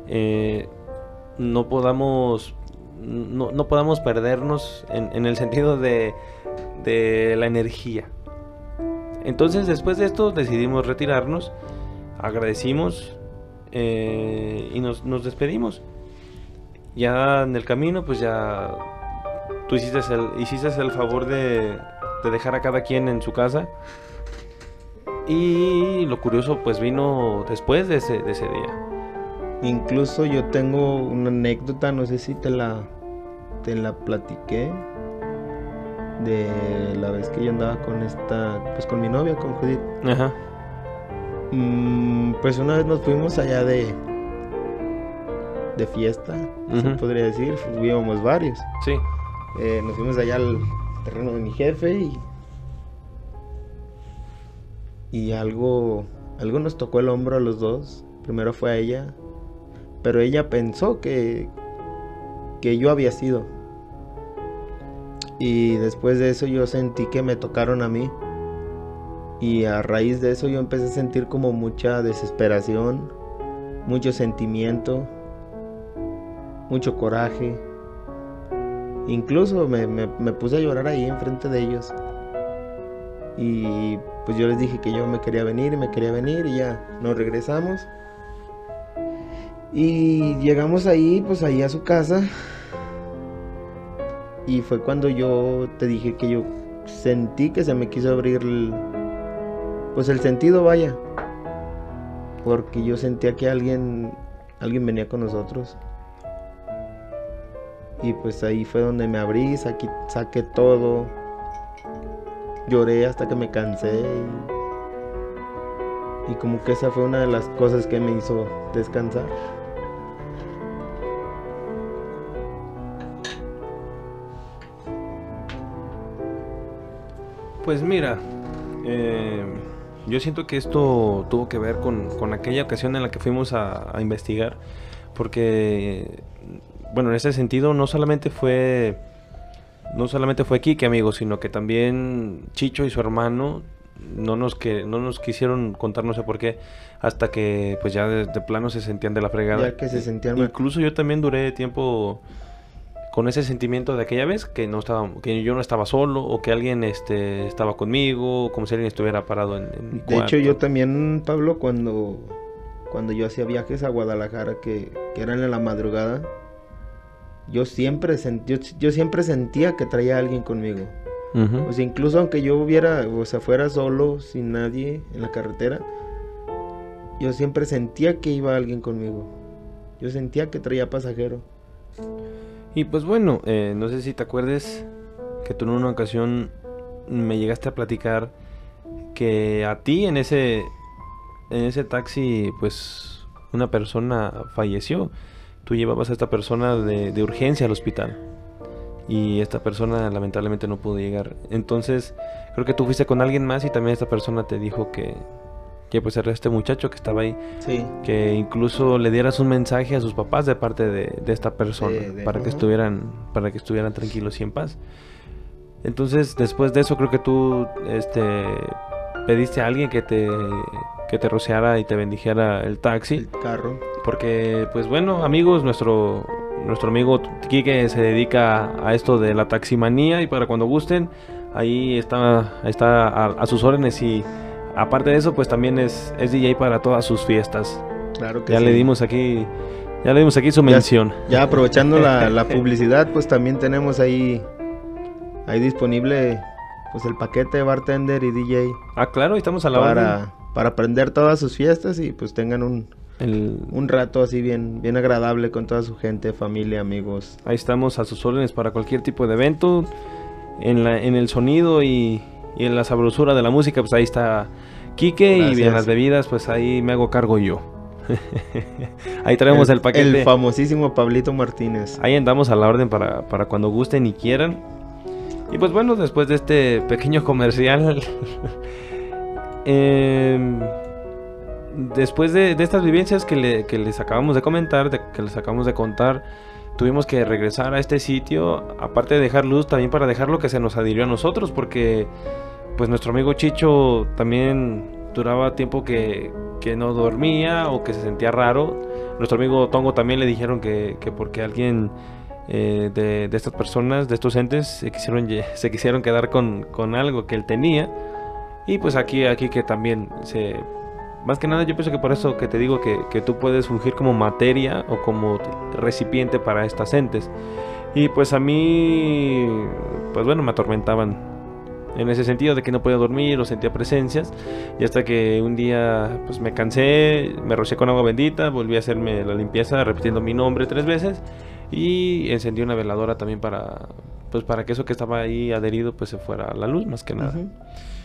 Speaker 1: no podamos perdernos en el sentido de la energía. Entonces después de esto decidimos retirarnos, agradecimos y nos despedimos. Ya en el camino pues ya tú hiciste el favor de dejar a cada quien en su casa, y lo curioso pues vino después de ese día.
Speaker 4: Incluso yo tengo una anécdota, no sé si te la platiqué, de la vez que yo andaba con mi novia, con Judith.
Speaker 1: Ajá.
Speaker 4: Pues una vez nos fuimos allá de fiesta, uh-huh, se podría decir, íbamos varios.
Speaker 1: Sí.
Speaker 4: Nos fuimos allá al terreno de mi jefe y algo nos tocó el hombro a los dos. Primero fue a ella, pero ella pensó que yo había sido. Y después de eso yo sentí que me tocaron a mí, y a raíz de eso yo empecé a sentir como mucha desesperación, mucho sentimiento, mucho coraje. Incluso me puse a llorar ahí enfrente de ellos. Y pues yo les dije que yo me quería venir y ya nos regresamos. Y llegamos ahí, pues ahí a su casa. Y fue cuando yo te dije que yo sentí que se me quiso abrir pues el sentido, vaya. Porque yo sentía que alguien venía con nosotros. Y pues ahí fue donde me abrí, saqué todo. Lloré hasta que me cansé. Y como que esa fue una de las cosas que me hizo descansar.
Speaker 1: Pues mira, yo siento que esto tuvo que ver con aquella ocasión en la que fuimos a investigar, porque, bueno, en ese sentido no solamente fue Kike, amigos, sino que también Chicho y su hermano no nos quisieron contar, no sé por qué, hasta que pues ya de plano se sentían de la fregada.
Speaker 4: Ya que se sentían mal.
Speaker 1: Incluso yo también duré tiempo con ese sentimiento de aquella vez que que yo no estaba solo, o que alguien estaba conmigo, como si alguien estuviera parado en mi cuarto.
Speaker 4: De hecho, yo también, Pablo, cuando yo hacía viajes a Guadalajara que eran en la madrugada, yo siempre sentía que traía a alguien conmigo.
Speaker 1: Uh-huh.
Speaker 4: O sea, incluso aunque yo fuera solo, sin nadie en la carretera, yo siempre sentía que iba alguien conmigo. Yo sentía que traía pasajero.
Speaker 1: Y pues bueno, no sé si te acuerdes que tú en una ocasión me llegaste a platicar que a ti en ese taxi, pues una persona falleció. Tú llevabas a esta persona de urgencia al hospital y esta persona lamentablemente no pudo llegar. Entonces creo que tú fuiste con alguien más y también esta persona te dijo que pues era este muchacho que estaba ahí.
Speaker 4: Sí.
Speaker 1: Que incluso le dieras un mensaje a sus papás de parte de esta persona, para que estuvieran tranquilos y en paz. Entonces, después de eso, creo que tú pediste a alguien que te rociara y te bendijera el taxi,
Speaker 4: El carro.
Speaker 1: porque pues bueno, amigos, nuestro amigo Kike se dedica a esto de la taximanía, y para cuando gusten, ahí está a sus órdenes. Y aparte de eso, pues también es DJ para todas sus fiestas.
Speaker 4: Claro que
Speaker 1: Ya
Speaker 4: sí.
Speaker 1: le dimos aquí su mención.
Speaker 4: Ya aprovechando la publicidad, pues también tenemos ahí disponible pues el paquete de bartender y DJ
Speaker 1: Ah, claro, estamos a la orden.
Speaker 4: para aprender todas sus fiestas y pues tengan un rato así bien agradable con toda su gente, familia, amigos.
Speaker 1: Ahí estamos a sus órdenes para cualquier tipo de evento. En el sonido y en la sabrosura de la música, pues ahí está Kike.
Speaker 4: Gracias.
Speaker 1: Y en las bebidas, pues ahí me hago cargo yo. Ahí traemos el paquete.
Speaker 4: El famosísimo Pablito Martínez.
Speaker 1: Ahí andamos a la orden para cuando gusten y quieran. Y pues bueno, después de este pequeño comercial, después de estas vivencias que les acabamos de comentar, que les acabamos de contar, tuvimos que regresar a este sitio, aparte de dejar luz, también para dejar lo que se nos adhirió a nosotros, porque pues nuestro amigo Chicho también duraba tiempo que no dormía o que se sentía raro. Nuestro amigo Tongo también le dijeron que porque alguien de estas personas, de estos entes, se quisieron quedar con algo que él tenía. Y pues aquí que también más que nada yo pienso que por eso que te digo que tú puedes fungir como materia o como recipiente para estas entes. Y pues a mí, pues bueno, me atormentaban en ese sentido de que no podía dormir o sentía presencias. Y hasta que un día pues me cansé, me rocié con agua bendita, volví a hacerme la limpieza repitiendo mi nombre 3 veces. Y encendí una veladora también para que eso que estaba ahí adherido pues se fuera a la luz, más que nada.
Speaker 4: Uh-huh.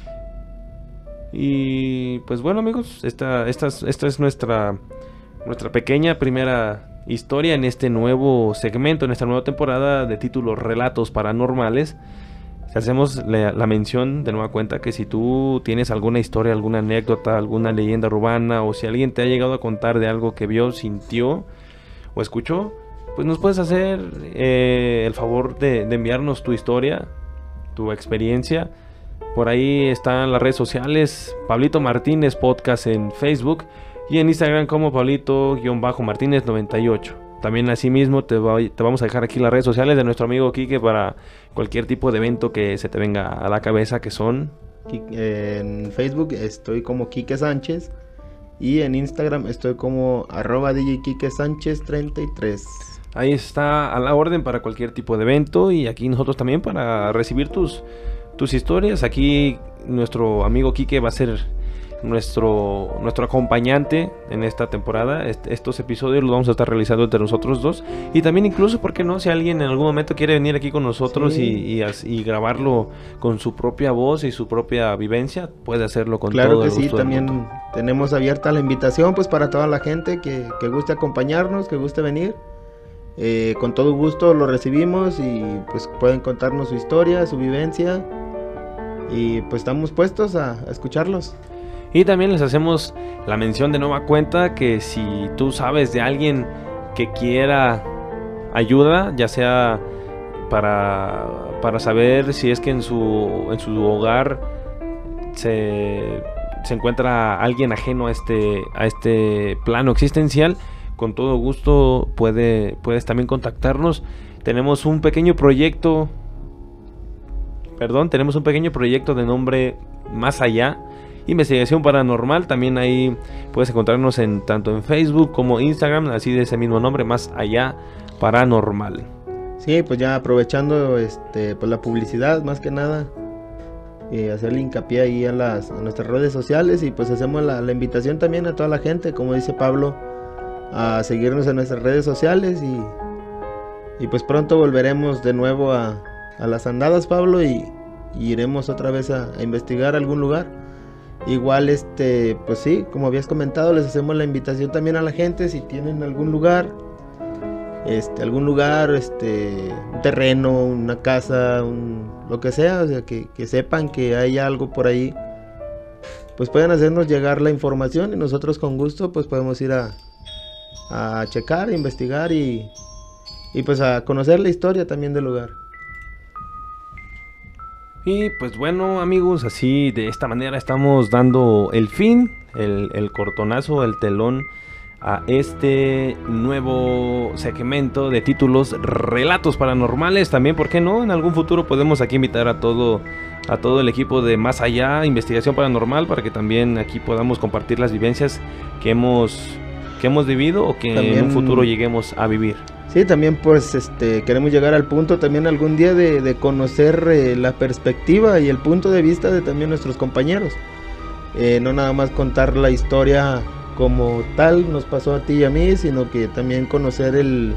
Speaker 1: Y pues bueno, amigos, esta es nuestra pequeña primera historia en este nuevo segmento, en esta nueva temporada de título Relatos Paranormales. Hacemos la mención de nueva cuenta que si tú tienes alguna historia, alguna anécdota, alguna leyenda urbana, o si alguien te ha llegado a contar de algo que vio, sintió o escuchó, pues nos puedes hacer el favor de enviarnos tu historia, tu experiencia. Por ahí están las redes sociales, Pablito Martínez Podcast en Facebook y en Instagram como Pablito-Martínez 98. También asimismo te vamos a dejar aquí las redes sociales de nuestro amigo Quique para cualquier tipo de evento que se te venga a la cabeza, que son...
Speaker 4: En Facebook estoy como Quique Sánchez y en Instagram estoy como @DJ Quique Sánchez 33.
Speaker 1: Ahí está a la orden para cualquier tipo de evento, y aquí nosotros también para recibir tus historias. Aquí nuestro amigo Quique va a ser nuestro acompañante en esta temporada. Estos episodios los vamos a estar realizando entre nosotros dos, y también incluso, ¿por qué no? Si alguien en algún momento quiere venir aquí con nosotros y grabarlo con su propia voz y su propia vivencia, puede hacerlo con
Speaker 4: claro
Speaker 1: todo el
Speaker 4: gusto. Claro que sí, también tenemos abierta la invitación pues para toda la gente que guste acompañarnos, que guste venir. Con todo gusto lo recibimos y pues pueden contarnos su historia, su vivencia, y pues estamos puestos a escucharlos.
Speaker 1: Y también les hacemos la mención de nueva cuenta que si tú sabes de alguien que quiera ayuda, ya sea para saber si es que en su hogar se encuentra alguien ajeno a este plano existencial, con todo gusto puedes también contactarnos. Tenemos un pequeño proyecto de nombre Más Allá, Investigación Paranormal. También ahí puedes encontrarnos tanto en Facebook como Instagram, así de ese mismo nombre, Más Allá Paranormal.
Speaker 4: Sí, pues ya aprovechando pues la publicidad más que nada, hacerle hincapié ahí a nuestras redes sociales, y pues hacemos la invitación también a toda la gente, como dice Pablo, a seguirnos en nuestras redes sociales, y pues pronto volveremos de nuevo a las andadas, Pablo, y iremos otra vez a investigar algún lugar. Igual pues sí, como habías comentado, les hacemos la invitación también a la gente, si tienen algún lugar, un terreno, una casa, lo que sea, o sea, que sepan que hay algo por ahí, pues pueden hacernos llegar la información, y nosotros con gusto pues podemos ir a checar, a investigar y pues a conocer la historia también del lugar.
Speaker 1: Y pues bueno, amigos, así de esta manera estamos dando el fin, el cortonazo, el telón a este nuevo segmento de títulos Relatos Paranormales. También, ¿por qué no? En algún futuro podemos aquí invitar a todo el equipo de Más Allá Investigación Paranormal, para que también aquí podamos compartir las vivencias que hemos vivido, o que también en un futuro lleguemos a vivir.
Speaker 4: Sí, también pues queremos llegar al punto también algún día de conocer la perspectiva y el punto de vista de también nuestros compañeros. No nada más contar la historia como tal nos pasó a ti y a mí, sino que también conocer el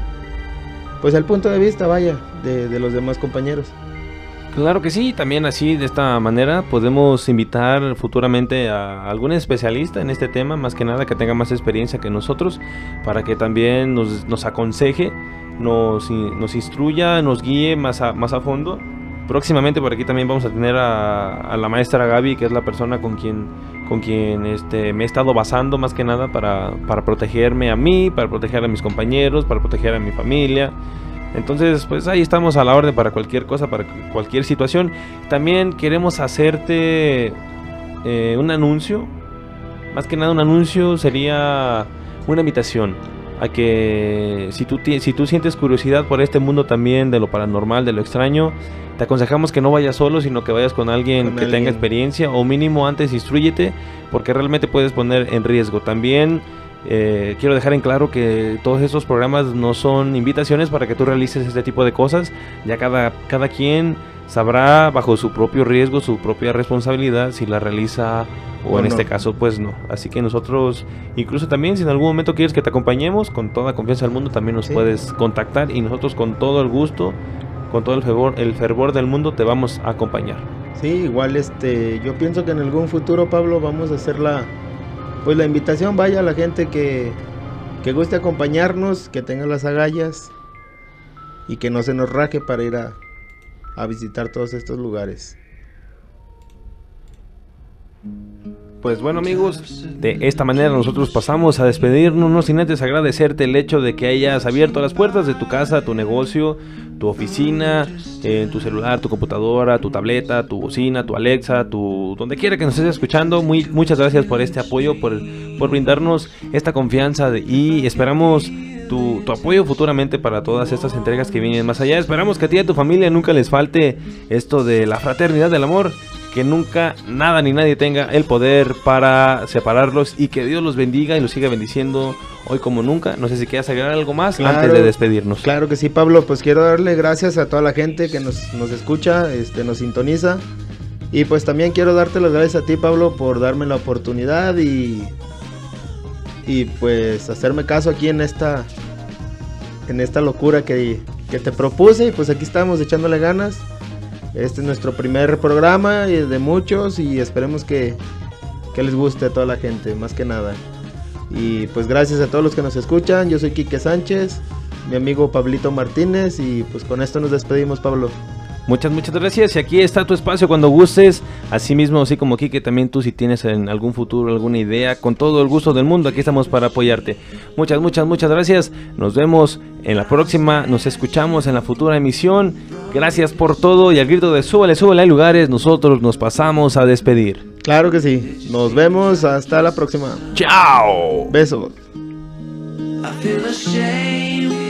Speaker 4: punto de vista, vaya, de los demás compañeros.
Speaker 1: Claro que sí, también así de esta manera podemos invitar futuramente a algún especialista en este tema, más que nada que tenga más experiencia que nosotros, para que también nos aconseje, nos instruya, nos guíe más a fondo. Próximamente por aquí también vamos a tener a la maestra Gaby, que es la persona con quien me he estado basando más que nada para protegerme a mí, para proteger a mis compañeros, para proteger a mi familia. Entonces pues ahí estamos a la orden para cualquier cosa, para cualquier situación. También queremos hacerte un anuncio. Más que nada un anuncio sería una invitación a que si tú sientes curiosidad por este mundo también, de lo paranormal, de lo extraño, te aconsejamos que no vayas solo, sino que vayas con alguien que tenga experiencia, o mínimo antes instrúyete, porque realmente puedes poner en riesgo. También quiero dejar en claro que todos estos programas no son invitaciones para que tú realices este tipo de cosas. Ya cada quien sabrá bajo su propio riesgo, su propia responsabilidad, si la realiza o en este caso pues no. Así que nosotros, incluso también si en algún momento quieres que te acompañemos, con toda confianza del mundo también nos puedes contactar, y nosotros con todo el gusto, con todo el fervor del mundo te vamos a acompañar.
Speaker 4: Sí, igual yo pienso que en algún futuro, Pablo, vamos a hacer la invitación, vaya, a la gente que guste acompañarnos, que tenga las agallas y que no se nos raje para ir a visitar todos estos lugares.
Speaker 1: Pues bueno, amigos, de esta manera nosotros pasamos a despedirnos, no sin antes agradecerte el hecho de que hayas abierto las puertas de tu casa, tu negocio, tu oficina, tu celular, tu computadora, tu tableta, tu bocina, tu Alexa, donde quiera que nos estés escuchando. Muchas gracias por este apoyo, por brindarnos esta confianza, y esperamos tu apoyo futuramente para todas estas entregas que vienen más allá. Esperamos que a ti y a tu familia nunca les falte esto de la fraternidad del amor, que nunca nada ni nadie tenga el poder para separarlos, y que Dios los bendiga y los siga bendiciendo hoy como nunca. No sé si quieras agregar algo más antes de despedirnos.
Speaker 4: Claro que sí, Pablo, pues quiero darle gracias a toda la gente que nos escucha, nos sintoniza, y pues también quiero darte las gracias a ti, Pablo, por darme la oportunidad y pues hacerme caso aquí en esta locura que te propuse, y pues aquí estamos echándole ganas. Este es nuestro primer programa de muchos, y esperemos que les guste a toda la gente, más que nada. Y pues gracias a todos los que nos escuchan. Yo soy Quique Sánchez, mi amigo Pablito Martínez, y pues con esto nos despedimos, Pablo.
Speaker 1: Muchas gracias, y aquí está tu espacio cuando gustes. Asimismo, así como Quique, también tú, si tienes en algún futuro alguna idea, con todo el gusto del mundo, aquí estamos para apoyarte. Muchas gracias. Nos vemos en la próxima, nos escuchamos en la futura emisión. Gracias por todo, y al grito de súbale, hay lugares, nosotros nos pasamos a despedir.
Speaker 4: Claro que sí, nos vemos, hasta la próxima.
Speaker 1: ¡Chao!
Speaker 4: Besos.
Speaker 2: I feel ashamed.